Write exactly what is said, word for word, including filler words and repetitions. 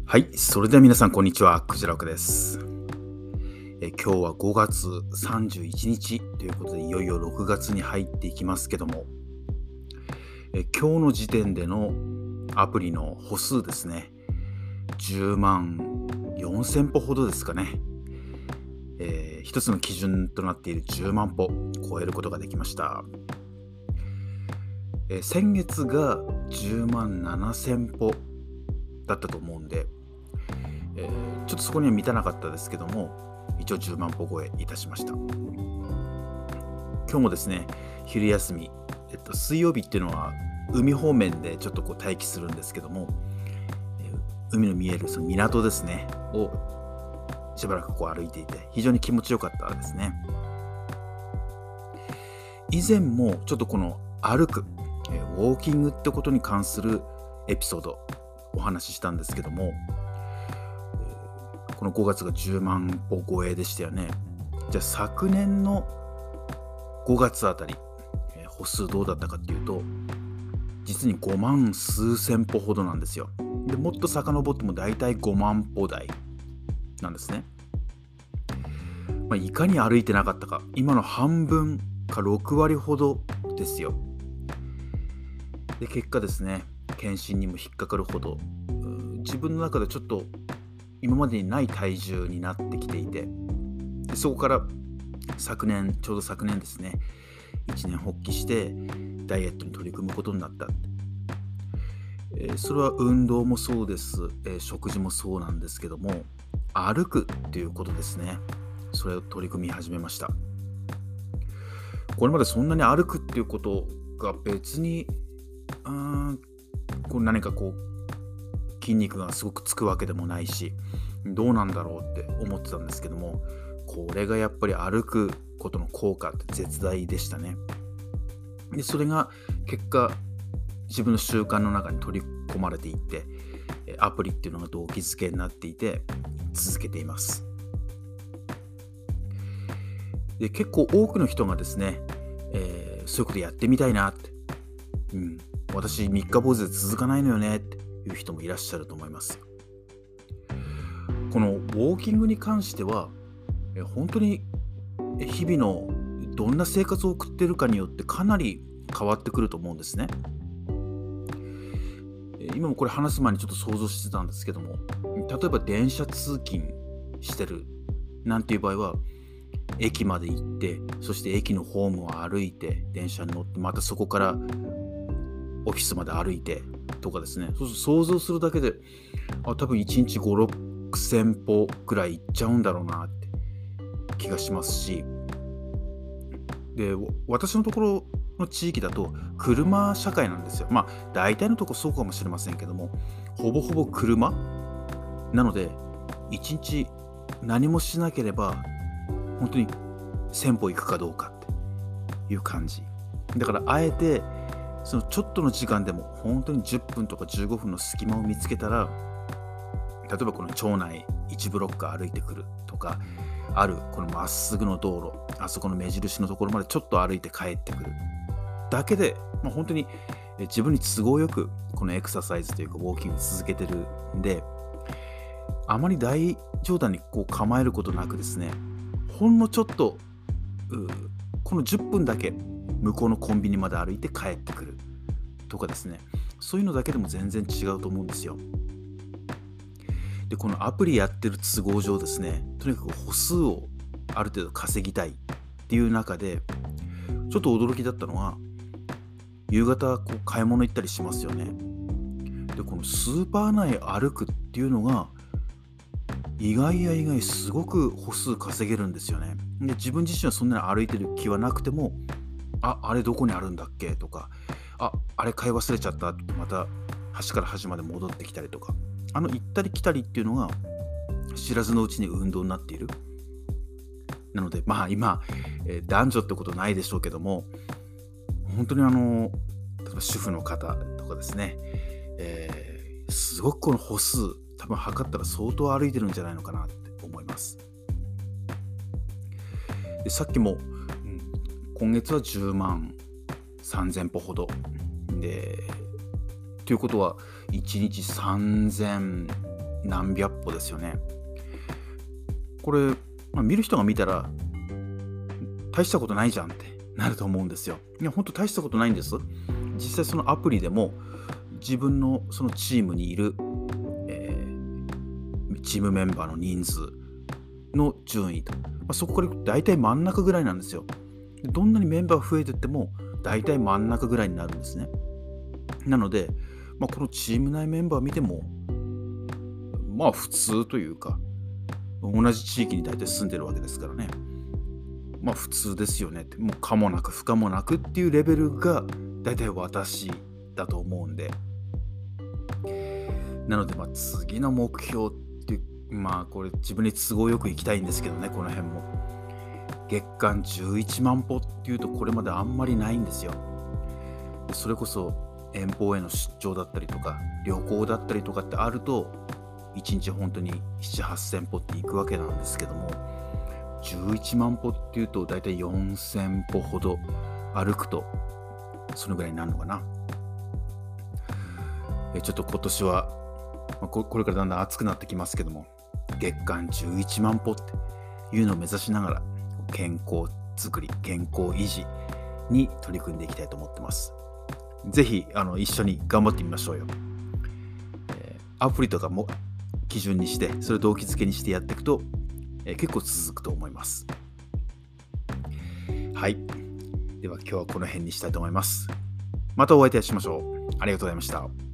はい、それでは皆さんこんにちは、くじらくです。え今日はごがつさんじゅういちにちということで、いよいよろくがつに入っていきますけども、え今日の時点でのアプリの歩数ですね、じゅうまんよんせんぽほどですかね。えー一つの基準となっているじゅうまんぽ超えることができました。えー先月がじゅうまんななせんぽだったと思うんで、えーちょっとそこには満たなかったですけども、一応じゅうまんぽ超えいたしました。今日もですね、昼休み、えっと、水曜日っていうのは海方面でちょっとこう待機するんですけども、えー海の見えるその港ですねをしばらくこう歩いていて非常に気持ちよかったですね。以前もちょっとこの歩く、えーウォーキングってことに関するエピソードお話ししたんですけども、このごがつがじゅうまんぽ超えでしたよね。じゃあ昨年のごがつあたり、えー歩数どうだったかっていうと、実にごまん数千歩ほどなんですよ。でもっと遡ってもだいたいごまんぽ台なんですね。まあ、いかに歩いてなかったか、今の半分かろくわりほどですよ。で結果ですね、検診にも引っかかるほど、うー自分の中でちょっと今までにない体重になってきていて、でそこから昨年、ちょうど昨年ですね、一年発起してダイエットに取り組むことになった。えーそれは運動もそうです、えー食事もそうなんですけども、歩くっていうことですね。それを取り組み始めました。これまでそんなに歩くっていうことが別にうーんこう何かこう筋肉がすごくつくわけでもないし、どうなんだろうって思ってたんですけども、これがやっぱり歩くことの効果って絶大でしたね。でそれが結果自分の習慣の中に取り込まれていって、えアプリっていうのが動機づけになっていて続けています。で結構多くの人がですね、えーそういうことやってみたいなって、うん、私三日坊主で続かないのよねっていう人もいらっしゃると思います。このウォーキングに関しては、え本当にえ日々のどんな生活を送っているかによってかなり変わってくると思うんですね。え今もこれ話す前にちょっと想像してたんですけども、例えば電車通勤してるなんていう場合は、駅まで行って、そして駅のホームを歩いて電車に乗って、またそこからオフィスまで歩いてとかですね、そうすると想像するだけで、あ多分いちにちご、ろくせんぽぐらい行っちゃうんだろうなって気がしますし、で私のところの地域だと車社会なんですよ。まあ大体のところそうかもしれませんけども、ほぼほぼ車なので、いちにち何もしなければ本当にせんぽ行くかどうかっていう感じだから、あえてそのちょっとの時間でも本当にじゅっぷんとかじゅうごふんの隙間を見つけたら、例えばこの町内いちブロック歩いてくるとか、あるこのまっすぐの道路、あそこの目印のところまでちょっと歩いて帰ってくるだけで、まあ、本当にえ自分に都合よくこのエクササイズというかウォーキング続けてるんで、あまり大冗談にこう構えることなくですね、ほんのちょっとうこのじゅっぷんだけ向こうのコンビニまで歩いて帰ってくるとかですね、そういうのだけでも全然違うと思うんですよ。でこのアプリやってる都合上ですね、とにかく歩数をある程度稼ぎたいっていう中で、ちょっと驚きだったのは、夕方こう買い物行ったりしますよね。でこのスーパー内歩くっていうのが意外や意外すごく歩数稼げるんですよね。で自分自身はそんなに歩いてる気はなくても、ああれどこにあるんだっけとか、ああれ買い忘れちゃったってまた端から端まで戻ってきたりとか、あの行ったり来たりっていうのが知らずのうちに運動になっている。なのでまあ今、えー男女ってことないでしょうけども、本当にあの例えば主婦の方とかですね、えーすごくこの歩数多分測ったら相当歩いてるんじゃないのかなって思います。でさっきも、うん、今月はじゅうまんさんぜんぽほどで、ということはいちにちさんぜん何百歩ですよね。これ、まあ、見る人が見たら大したことないじゃんってなると思うんですよ。いや、本当大したことないんです。実際そのアプリでも自分のそのチームにいる、えーチームメンバーの人数の順位と、まあ、そこから大体真ん中ぐらいなんですよ。どんなにメンバー増えてっても大体真ん中ぐらいになるんですね。なので、まあ、このチーム内メンバー見てもまあ普通というか、同じ地域に大体住んでるわけですからね。まあ普通ですよねって、もう可もなく不可もなくっていうレベルが大体私だと思うんで、なのでまあ次の目標って、まあこれ自分に都合よく行きたいんですけどね、この辺も。月間じゅういちまん歩っていうとこれまであんまりないんですよ。でそれこそ遠方への出張だったりとか旅行だったりとかってあるといちにち本当になな、はっせん歩って行くわけなんですけども、じゅういちまん歩っていうとだいたいよんせん歩ほど歩くとそのぐらいになるのかな。えちょっと今年は、まあ、ここれからだんだん暑くなってきますけども、月間じゅういちまん歩っていうのを目指しながら健康づくり、健康維持に取り組んでいきたいと思ってます。ぜひあの一緒に頑張ってみましょうよ。えーアプリとかも基準にして、それを動機づけにしてやっていくと、えー結構続くと思います。はい。では今日はこの辺にしたいと思います。またお会いいたしましょう。ありがとうございました。